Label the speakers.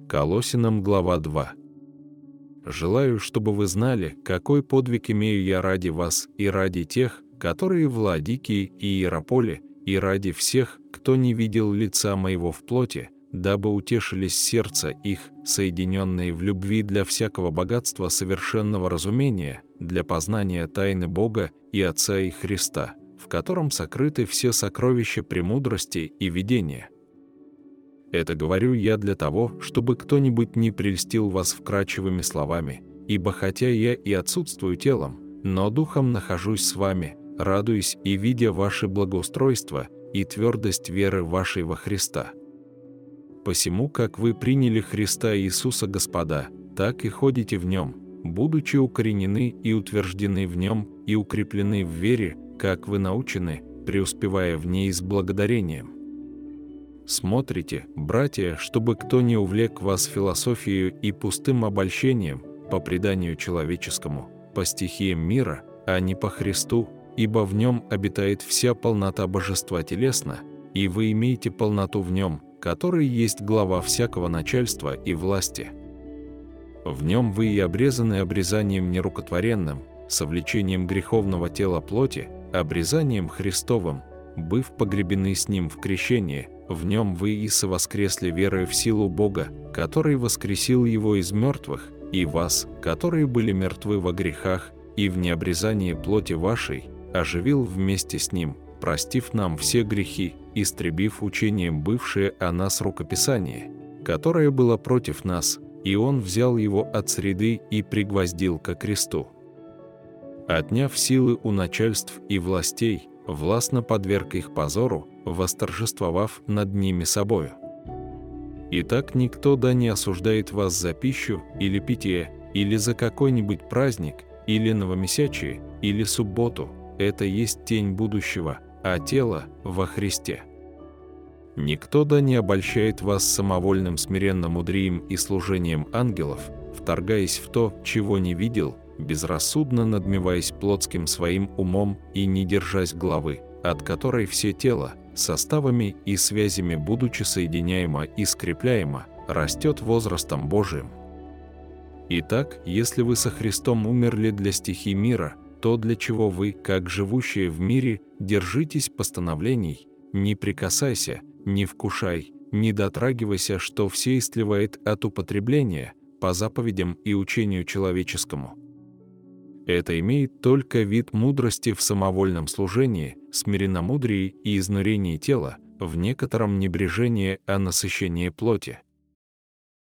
Speaker 1: Колоссянам глава 2. Желаю, чтобы вы знали, какой подвиг имею я ради вас и ради тех, которые в Ладикии и Иераполе, и ради всех, кто не видел лица моего в плоти, дабы утешились сердца их, соединенные в любви для всякого богатства совершенного разумения, для познания тайны Бога и Отца и Христа, в котором сокрыты все сокровища премудрости и видения. Это говорю я для того, чтобы кто-нибудь не прельстил вас вкрадчивыми словами, ибо хотя я и отсутствую телом, но духом нахожусь с вами, радуясь и видя ваше благоустройство и твердость веры вашей во Христа. Посему, как вы приняли Христа Иисуса Господа, так и ходите в Нем, будучи укоренены и утверждены в Нем и укреплены в вере, как вы научены, преуспевая в ней с благодарением. Смотрите, братья, чтобы кто не увлек вас философией и пустым обольщением, по преданию человеческому, по стихиям мира, а не по Христу, ибо в Нем обитает вся полнота божества телесно, и вы имеете полноту в Нем, который есть глава всякого начальства и власти. В Нем вы и обрезаны обрезанием нерукотворенным, совлечением греховного тела плоти, обрезанием Христовым, быв погребены с Ним в крещении, в Нем вы и совоскресли верою в силу Бога, который воскресил Его из мертвых, и вас, которые были мертвы во грехах и в необрезании плоти вашей, оживил вместе с Ним, простив нам все грехи, истребив учением бывшее о нас рукописание, которое было против нас, и Он взял его от среды и пригвоздил ко кресту. Отняв силы у начальств и властей, властно подверг их позору, восторжествовав над ними собою. Итак, никто да не осуждает вас за пищу или питье, или за какой-нибудь праздник, или новомесячие, или субботу, это есть тень будущего, а тело во Христе. Никто да не обольщает вас самовольным смиренным мудрием и служением ангелов, вторгаясь в то, чего не видел, безрассудно надмеваясь плотским своим умом и не держась главы, от которой все тело, составами и связями будучи соединяемо и скрепляемо, растет возрастом Божиим. Итак, если вы со Христом умерли для стихий мира, то для чего вы, как живущие в мире, держитесь постановлений, не прикасайся, не вкушай, не дотрагивайся, что все истлевает от употребления, по заповедям и учению человеческому. Это имеет только вид мудрости в самовольном служении, смиренномудрии и изнурении тела, в некотором небрежении о насыщении плоти.